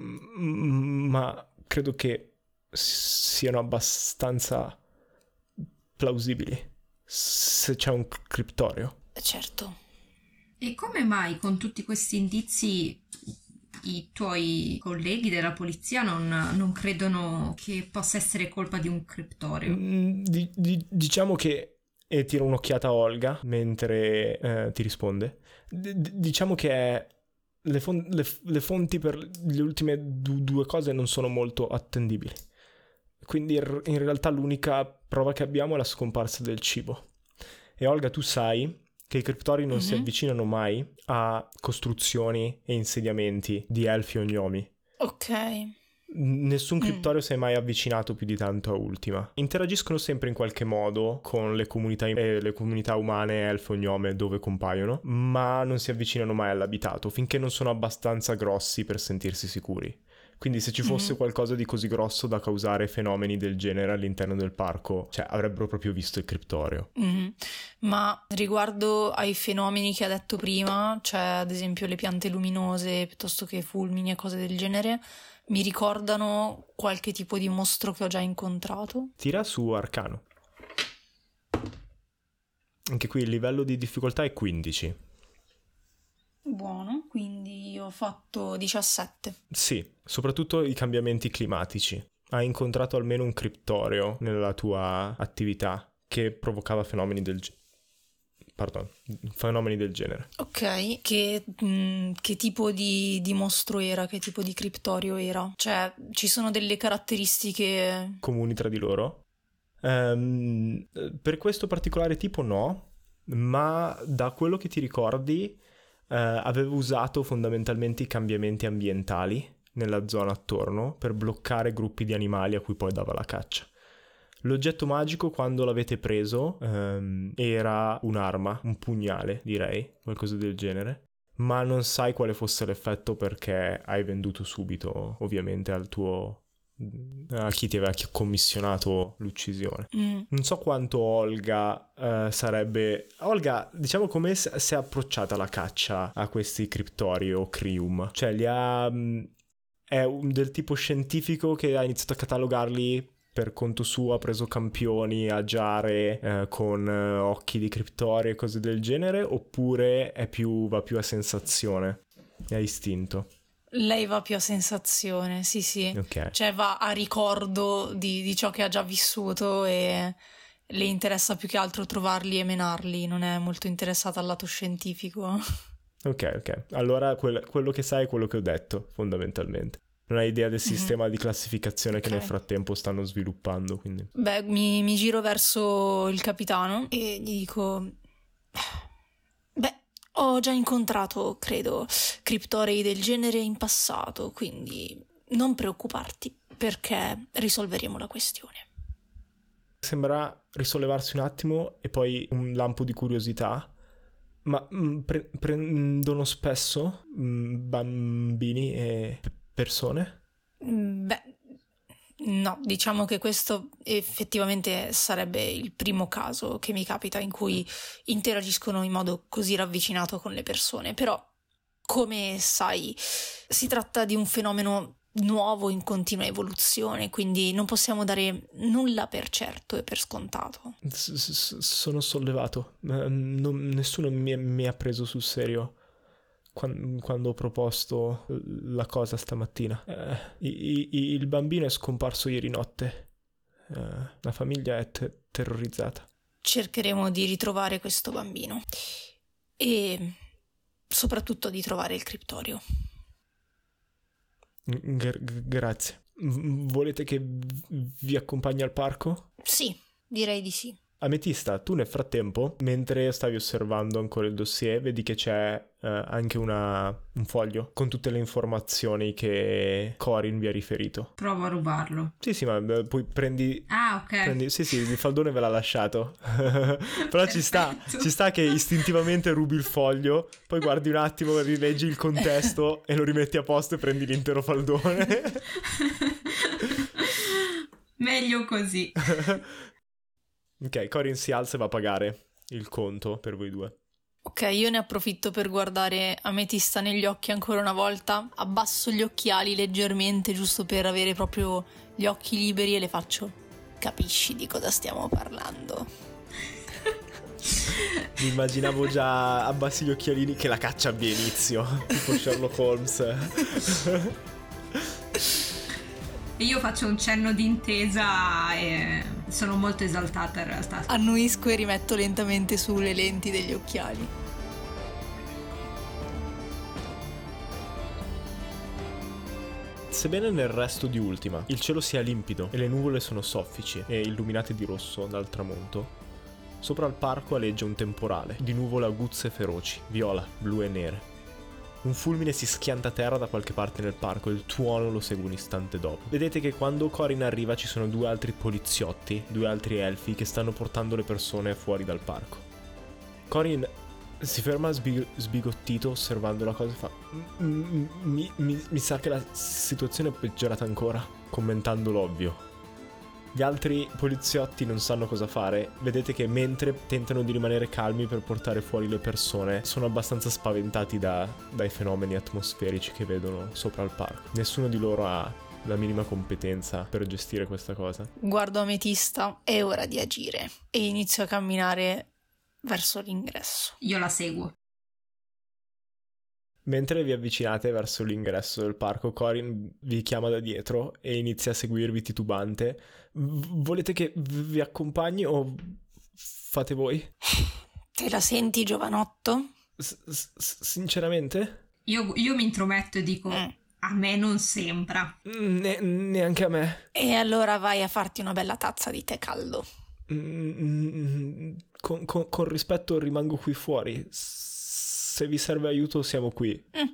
m- ma credo che siano abbastanza plausibili se c'è un criptorio. Certo. E come mai con tutti questi indizi i tuoi colleghi della polizia non, non credono che possa essere colpa di un criptorio? Mm, di- di- diciamo che, e tiro un'occhiata a Olga mentre eh, ti risponde, D- d- diciamo che le, fon- le, le fonti per le ultime du- due cose non sono molto attendibili. Quindi in, in realtà l'unica prova che abbiamo è la scomparsa del cibo. E Olga, tu sai che i criptori non Mhm. si avvicinano mai a costruzioni e insediamenti di elfi o gnomi. Ok. Nessun Mm. criptorio si è mai avvicinato più di tanto a Ultima. Interagiscono sempre in qualche modo con le comunità, eh, le comunità umane, elfo, gnome, dove compaiono, ma non si avvicinano mai all'abitato, finché non sono abbastanza grossi per sentirsi sicuri. Quindi se ci fosse Mhm. qualcosa di così grosso da causare fenomeni del genere all'interno del parco, cioè avrebbero proprio visto il criptorio. Mhm. Ma riguardo ai fenomeni che ha detto prima, cioè ad esempio le piante luminose piuttosto che fulmini e cose del genere, mi ricordano qualche tipo di mostro che ho già incontrato? Tira su Arcano. Anche qui il livello di difficoltà è quindici. Buono, quindi ho fatto diciassette. Sì, soprattutto i cambiamenti climatici. Hai incontrato almeno un criptorio nella tua attività che provocava fenomeni del genere. Pardon, fenomeni del genere. Ok, che, mh, che tipo di, di mostro era? Che tipo di criptorio era? Cioè, ci sono delle caratteristiche... Comuni tra di loro. Ehm, per questo particolare tipo no, ma da quello che ti ricordi eh, avevo usato fondamentalmente i cambiamenti ambientali nella zona attorno per bloccare gruppi di animali a cui poi dava la caccia. L'oggetto magico, quando l'avete preso, ehm, era un'arma, un pugnale, direi, qualcosa del genere. Ma non sai quale fosse l'effetto perché hai venduto subito, ovviamente, al tuo... a chi ti aveva commissionato l'uccisione. Mm. Non so quanto Olga eh, sarebbe... Olga, diciamo, come si è approcciata alla caccia a questi criptori o crium? Cioè, li ha... è un, del tipo scientifico che ha iniziato a catalogarli per conto suo, ha preso campioni a giare eh, con eh, occhi di criptori e cose del genere, oppure è più, va più a sensazione, è istinto? Lei va più a sensazione, sì sì, Ok. Cioè va a ricordo di, di ciò che ha già vissuto e le interessa più che altro trovarli e menarli, non è molto interessata al lato scientifico. Ok, ok. Allora quel- quello che sai è quello che ho detto, fondamentalmente. Non hai idea del sistema mm-hmm. di classificazione che okay. nel frattempo stanno sviluppando, quindi... Beh, mi, mi giro verso il capitano e gli dico... Beh, ho già incontrato, credo, criptorei del genere in passato, quindi non preoccuparti, perché risolveremo la questione. Sembra risollevarsi un attimo e poi un lampo di curiosità. Ma mh, pre- prendono spesso mh, bambini e p- persone? Beh, no, diciamo che questo effettivamente sarebbe il primo caso che mi capita in cui interagiscono in modo così ravvicinato con le persone, però come sai si tratta di un fenomeno nuovo in continua evoluzione, quindi non possiamo dare nulla per certo e per scontato. S- s- sono sollevato, uh, non, nessuno mi, mi ha preso sul serio quando, quando ho proposto la cosa stamattina. Uh, i, i, il bambino è scomparso ieri notte, uh, la famiglia è te- terrorizzata. Cercheremo di ritrovare questo bambino e soprattutto di trovare il criptorio. G- grazie. V- volete che vi accompagni al parco? Sì, direi di sì. Ametista, tu nel frattempo, mentre stavi osservando ancora il dossier, vedi che c'è eh, anche una, un foglio con tutte le informazioni che Corin vi ha riferito. Provo a rubarlo. Sì, sì, ma eh, poi prendi... Ah, ok. Prendi, sì, sì, il faldone ve l'ha lasciato. Però ci sta, ci sta che istintivamente rubi il foglio, poi guardi un attimo, rileggi il contesto e lo rimetti a posto e prendi l'intero faldone. Meglio così. Ok, Corin si alza e va a pagare il conto per voi due. Ok, io ne approfitto per guardare Ametista negli occhi ancora una volta, abbasso gli occhiali leggermente giusto per avere proprio gli occhi liberi e le faccio: capisci di cosa stiamo parlando? Mi immaginavo già abbassi gli occhialini che la caccia abbia inizio, tipo Sherlock Holmes. Io faccio un cenno d'intesa e sono molto esaltata in realtà. Annuisco e rimetto lentamente su le lenti degli occhiali. Sebbene nel resto di Ultima il cielo sia limpido e le nuvole sono soffici e illuminate di rosso dal tramonto, sopra il parco aleggia un temporale di nuvole aguzze e feroci, viola, blu e nere. Un fulmine si schianta a terra da qualche parte nel parco e il tuono lo segue un istante dopo. Vedete che quando Corin arriva ci sono due altri poliziotti, due altri elfi che stanno portando le persone fuori dal parco. Corin si ferma sbig- sbigottito osservando la cosa e fa: mi, mi, mi, mi sa che la situazione è peggiorata ancora, commentando l'ovvio. Gli altri poliziotti non sanno cosa fare. Vedete che mentre tentano di rimanere calmi per portare fuori le persone, sono abbastanza spaventati da, dai fenomeni atmosferici che vedono sopra il parco. Nessuno di loro ha la minima competenza per gestire questa cosa. Guardo Ametista, è ora di agire, e inizio a camminare verso l'ingresso. Io la seguo. Mentre vi avvicinate verso l'ingresso del parco, Corin vi chiama da dietro e inizia a seguirvi titubante. V- volete che vi accompagni o fate voi? Te la senti, giovanotto? S- s- sinceramente? Io, io mi intrometto e dico: mm. A me non sembra. Ne- neanche a me. E allora vai a farti una bella tazza di tè caldo. Mm, con, con, con rispetto rimango qui fuori. Se vi serve aiuto siamo qui. Mm.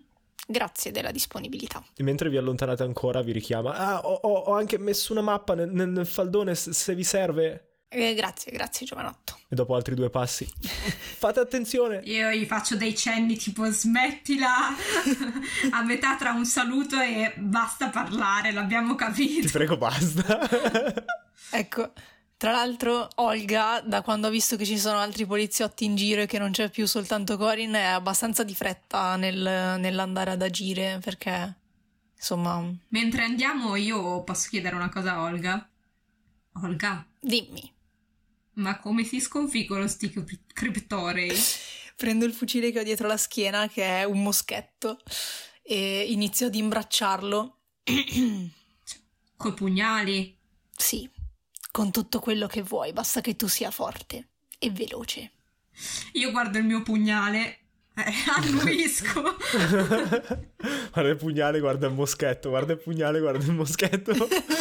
Grazie della disponibilità. E mentre vi allontanate ancora vi richiama: ah, ho, ho- ho anche messo una mappa nel, nel- nel faldone se, se vi serve. Eh, grazie, grazie giovanotto. E dopo altri due passi: fate attenzione. Io gli faccio dei cenni tipo smettila a metà tra un saluto e basta parlare, l'abbiamo capito. Ti prego, basta. Ecco, tra l'altro Olga, da quando ha visto che ci sono altri poliziotti in giro e che non c'è più soltanto Corin, è abbastanza di fretta nel- nell'andare ad agire, perché insomma... Mentre andiamo io posso chiedere una cosa a Olga? Olga, Dimmi. ma come si sconfiggono sti cri- criptorei? Prendo il fucile che ho dietro la schiena, che è un moschetto, e inizio ad imbracciarlo. Coi pugnali? Sì, con tutto quello che vuoi, basta che tu sia forte e veloce. Io guardo il mio pugnale, eh, annuisco. Guarda il pugnale, guarda il moschetto. Guarda il pugnale, guarda il moschetto.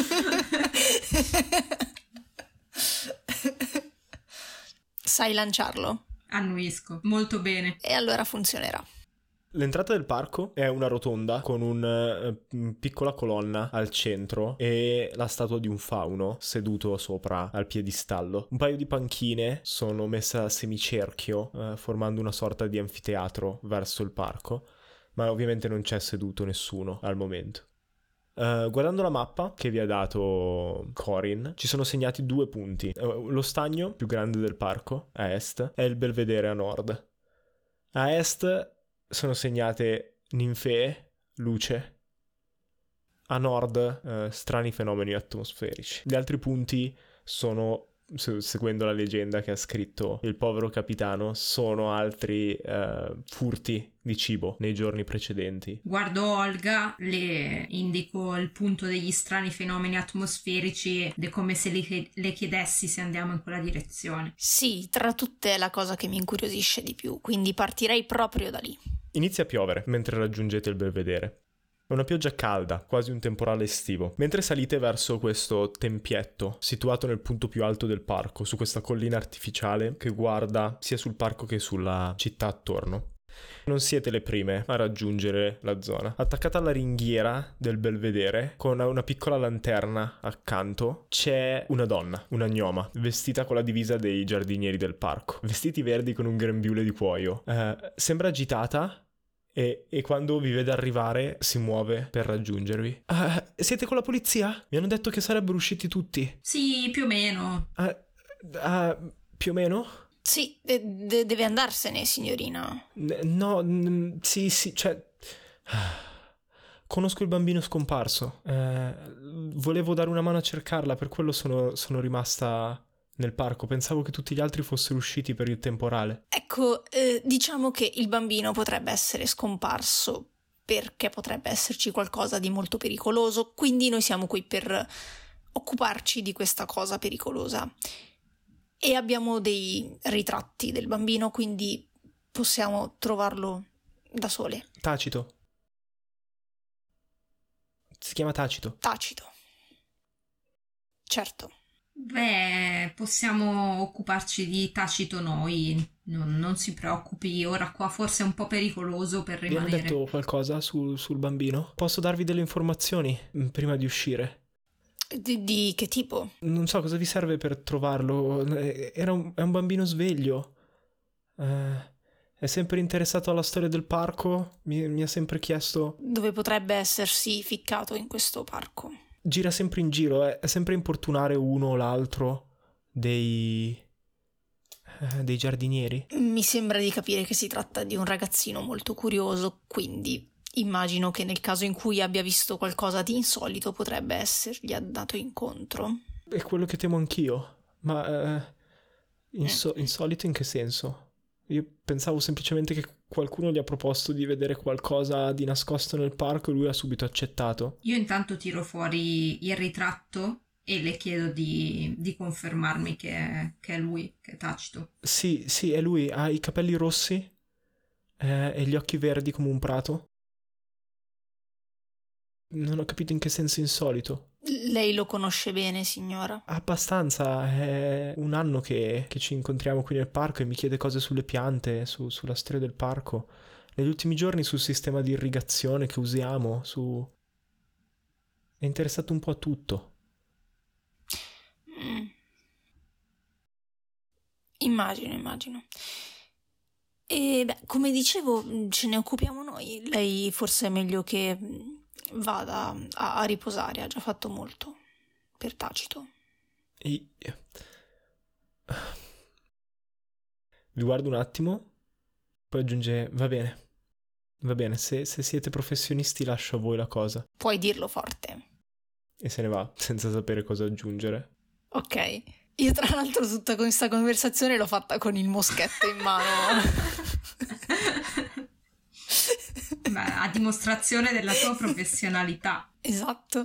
Sai lanciarlo? Annuisco, molto bene. E allora funzionerà. L'entrata del parco è una rotonda con una piccola colonna al centro e la statua di un fauno seduto sopra al piedistallo. Un paio di panchine sono messe a semicerchio, eh, formando una sorta di anfiteatro verso il parco, ma ovviamente non c'è seduto nessuno al momento. Uh, guardando la mappa che vi ha dato Corin, ci sono segnati due punti. Uh, lo stagno più grande del parco, a est, e il belvedere a nord. A est sono segnate ninfee, luce. A nord, uh, strani fenomeni atmosferici. Gli altri punti sono, se- seguendo la leggenda che ha scritto il povero capitano, sono altri uh, furti di cibo nei giorni precedenti. Guardo Olga, le indico il punto degli strani fenomeni atmosferici ed è come se le, le chiedessi se andiamo in quella direzione. Sì, tra tutte è la cosa che mi incuriosisce di più, quindi partirei proprio da lì. Inizia a piovere mentre raggiungete il belvedere. È una pioggia calda, quasi un temporale estivo. Mentre salite verso questo tempietto, situato nel punto più alto del parco, su questa collina artificiale che guarda sia sul parco che sulla città attorno. Non siete le prime a raggiungere la zona. Attaccata alla ringhiera del belvedere, con una piccola lanterna accanto, c'è una donna, una gnoma, vestita con la divisa dei giardinieri del parco. Vestiti verdi con un grembiule di cuoio. Eh, sembra agitata e, e quando vi vede arrivare si muove per raggiungervi. Ah, siete con la polizia? Mi hanno detto che sarebbero usciti tutti. Sì, più o meno. Ah, ah, più o meno? Sì, de- de- deve andarsene, signorina. N- No, n- sì, sì, cioè... Conosco il bambino scomparso. Eh, volevo dare una mano a cercarla, per quello sono, sono rimasta nel parco. Pensavo che tutti gli altri fossero usciti per il temporale. Ecco, eh, diciamo che il bambino potrebbe essere scomparso perché potrebbe esserci qualcosa di molto pericoloso, quindi noi siamo qui per occuparci di questa cosa pericolosa. E abbiamo dei ritratti del bambino, quindi possiamo trovarlo da sole. Tacito. Si chiama Tacito. Tacito. Certo. Beh, possiamo occuparci di Tacito noi. Non, non si preoccupi, ora qua forse è un po' pericoloso per Vi hanno rimanere. detto qualcosa su- sul bambino? Posso darvi delle informazioni mm, prima di uscire? Di, di che tipo? Non so cosa vi serve per trovarlo. Eh, Era un, è un bambino sveglio. Eh, è sempre interessato alla storia del parco. Mi, mi ha sempre chiesto. Dove potrebbe essersi ficcato in questo parco? Gira sempre in giro. È, è sempre importunare uno o l'altro dei. eh, dei giardinieri. Mi sembra di capire che si tratta di un ragazzino molto curioso, quindi immagino che nel caso in cui abbia visto qualcosa di insolito potrebbe essergli andato incontro. È quello che temo anch'io. Ma. eh, inso- insolito in che senso? Io pensavo semplicemente che qualcuno gli ha proposto di vedere qualcosa di nascosto nel parco e lui ha subito accettato. Io intanto tiro fuori il ritratto e le chiedo di, di confermarmi che è, che è lui, che è Tacito. Sì, sì, è lui. Ha i capelli rossi eh, e gli occhi verdi come un prato. Non ho capito in che senso insolito. Lei lo conosce bene, signora? Abbastanza, è un anno che, che ci incontriamo qui nel parco e mi chiede cose sulle piante, su- sulla storia del parco. negli ultimi giorni sul sistema di irrigazione che usiamo, su... è interessato un po' a tutto. Mm. Immagino, immagino. E beh, come dicevo, ce ne occupiamo noi. Lei forse è meglio che vada a, a riposare, ha già fatto molto, per tacito. E... vi guardo un attimo, poi aggiunge, va bene, va bene, se, se siete professionisti lascio a voi la cosa. Puoi dirlo forte. E se ne va, senza sapere cosa aggiungere. Ok. Io tra l'altro tutta questa conversazione l'ho fatta con il moschetto in mano. Beh, a dimostrazione della tua professionalità. Esatto.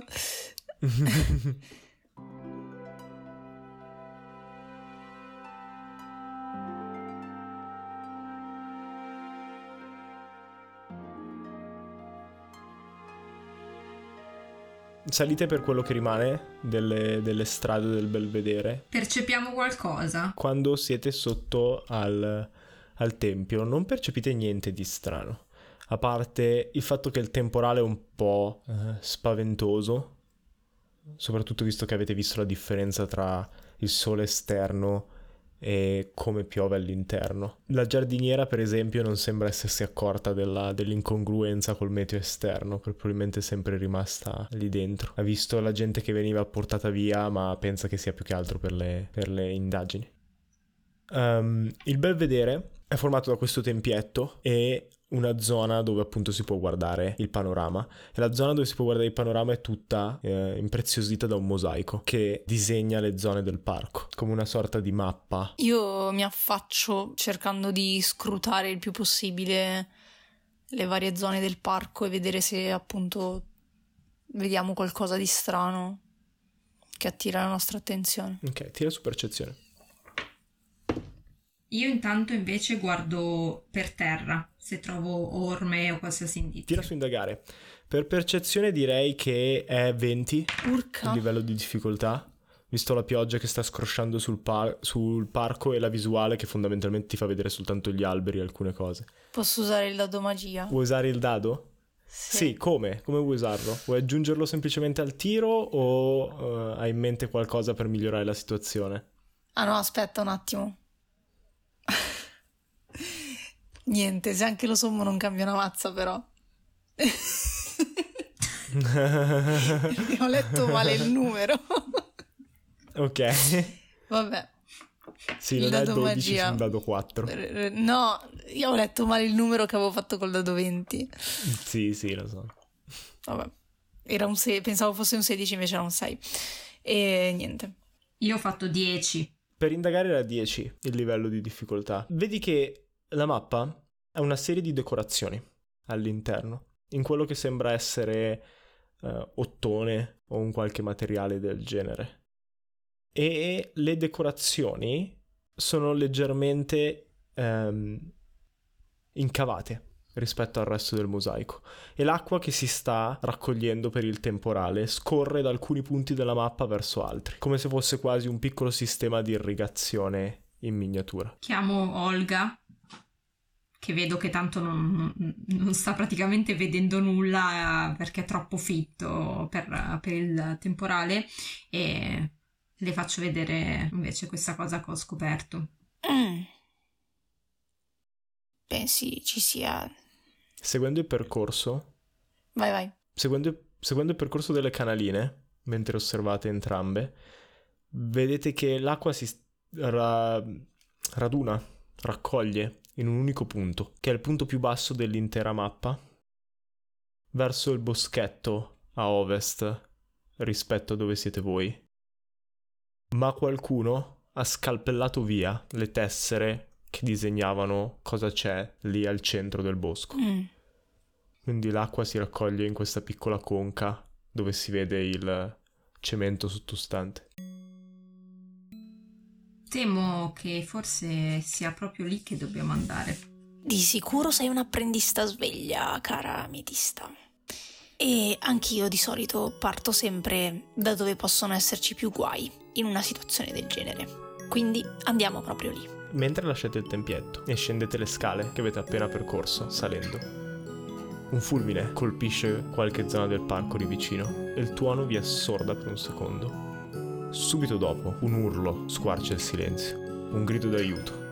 Salite per quello che rimane delle, delle strade del Belvedere. Percepiamo qualcosa? Quando siete sotto al, al tempio non percepite niente di strano, a parte il fatto che il temporale è un po' eh, spaventoso, soprattutto visto che avete visto la differenza tra il sole esterno e come piove all'interno. La giardiniera, per esempio, non sembra essersi accorta della, dell'incongruenza col meteo esterno, probabilmente è sempre rimasta lì dentro. Ha visto la gente che veniva portata via, ma pensa che sia più che altro per le, per le indagini. Um, il Belvedere è formato da questo tempietto e una zona dove appunto si può guardare il panorama, e la zona dove si può guardare il panorama è tutta eh, impreziosita da un mosaico che disegna le zone del parco come una sorta di mappa. Io mi affaccio cercando di scrutare il più possibile le varie zone del parco e vedere se appunto vediamo qualcosa di strano che attira la nostra attenzione. Ok, tira su percezione. Io intanto invece guardo per terra, se trovo orme o qualsiasi indizio. Tira su indagare. Per percezione direi che è venti Urca. il livello di difficoltà, visto la pioggia che sta scrosciando sul, par- sul parco e la visuale che fondamentalmente ti fa vedere soltanto gli alberi e alcune cose. Posso usare il dado magia? Vuoi usare il dado? Sì. Sì, come? Come vuoi usarlo? Vuoi aggiungerlo semplicemente al tiro o uh, hai in mente qualcosa per migliorare la situazione? Ah no, aspetta un attimo. Niente, se anche lo sommo non cambia una mazza, però. Ho letto male il numero. Ok. Vabbè. Sì, Il non è dado dodici magia. su un dado quattro. No, io ho letto male il numero che avevo fatto col dado venti. Sì, sì, lo so. Vabbè. Era un sei, pensavo fosse un sedici, invece era un sei. E niente. Io ho fatto dieci. Per indagare era dieci il livello di difficoltà. Vedi che la mappa ha una serie di decorazioni all'interno, in quello che sembra essere uh, ottone o un qualche materiale del genere. E le decorazioni sono leggermente um, incavate rispetto al resto del mosaico, e l'acqua che si sta raccogliendo per il temporale scorre da alcuni punti della mappa verso altri, come se fosse quasi un piccolo sistema di irrigazione in miniatura. Chiamo Olga, che vedo che tanto non, non, non sta praticamente vedendo nulla eh, perché è troppo fitto per, per il temporale, e le faccio vedere invece questa cosa che ho scoperto. Mm. Pensi ci sia... Seguendo il percorso... Vai, vai. Seguendo, seguendo il percorso delle canaline, mentre osservate entrambe, vedete che l'acqua si ra, raduna, raccoglie in un unico punto, che è il punto più basso dell'intera mappa, verso il boschetto a ovest rispetto a dove siete voi. Ma qualcuno ha scalpellato via le tessere che disegnavano cosa c'è lì al centro del bosco. Mm. Quindi l'acqua si raccoglie in questa piccola conca dove si vede il cemento sottostante. Temo che forse sia proprio lì che dobbiamo andare. Di sicuro sei un'apprendista sveglia, cara ametista. E anch'io di solito parto sempre da dove possono esserci più guai in una situazione del genere. Quindi andiamo proprio lì. mentre lasciate il tempietto e scendete le scale che avete appena percorso salendo. Un fulmine colpisce qualche zona del parco lì vicino e il tuono vi assorda per un secondo. Subito dopo un urlo squarcia il silenzio, un grido d'aiuto.